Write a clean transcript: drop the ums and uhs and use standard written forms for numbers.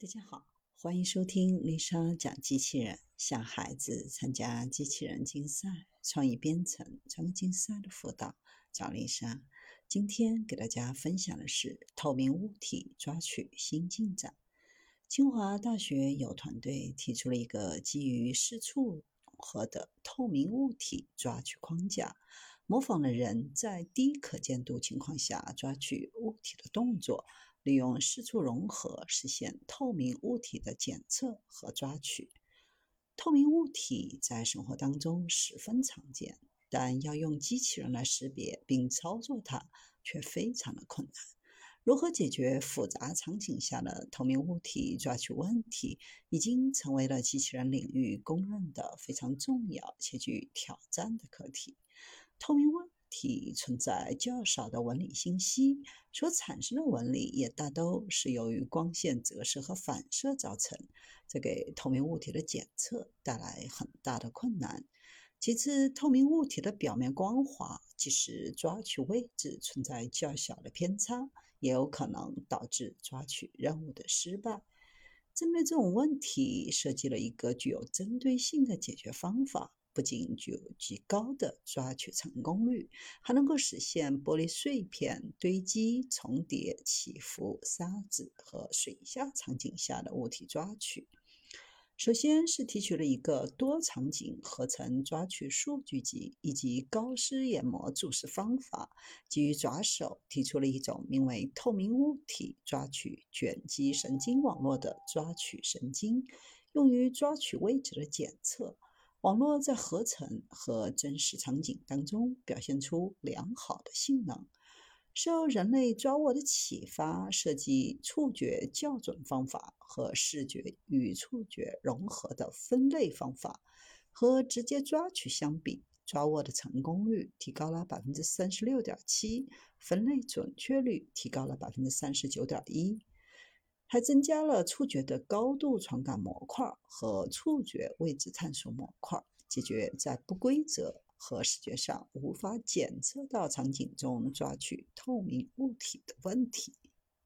大家好，欢迎收听丽莎讲机器人，向孩子参加机器人竞赛、创意编程、专门竞赛的辅导，找丽莎。今天给大家分享的是透明物体抓取新进展。清华大学有团队提出了一个基于视触融合的透明物体抓取框架，模仿了人在低可见度情况下抓取物体的动作，利用视触融合实现透明物体的检测和抓取。透明物体在生活当中十分常见，但要用机器人来识别并操作它却非常的困难。如何解决复杂场景下的透明物体抓取问题，已经成为了机器人领域公认的非常重要且具挑战的课题。透明物体存在较少的纹理信息，所产生的纹理也大都是由于光线折射和反射造成，这给透明物体的检测带来很大的困难。其次，透明物体的表面光滑，即使抓取位置存在较小的偏差，也有可能导致抓取任务的失败。针对这种问题，设计了一个具有针对性的解决方法，不仅具有极高的抓取成功率，还能够实现玻璃碎片堆积、重叠、起伏、沙子和水下场景下的物体抓取。首先是提取了一个多场景合成抓取数据集以及高斯研磨注释方法，基于抓手提出了一种名为透明物体抓取卷积神经网络的抓取神经，用于抓取位置的检测。网络在合成和真实场景当中表现出良好的性能。受人类抓握的启发，设计触觉校准方法和视觉与触觉融合的分类方法。和直接抓取相比，抓握的成功率提高了 36.7%， 分类准确率提高了 39.1%， 还增加了触觉的高度传感模块和触觉位置探索模块，解决在不规则和视觉上无法检测到场景中抓取透明物体的问题。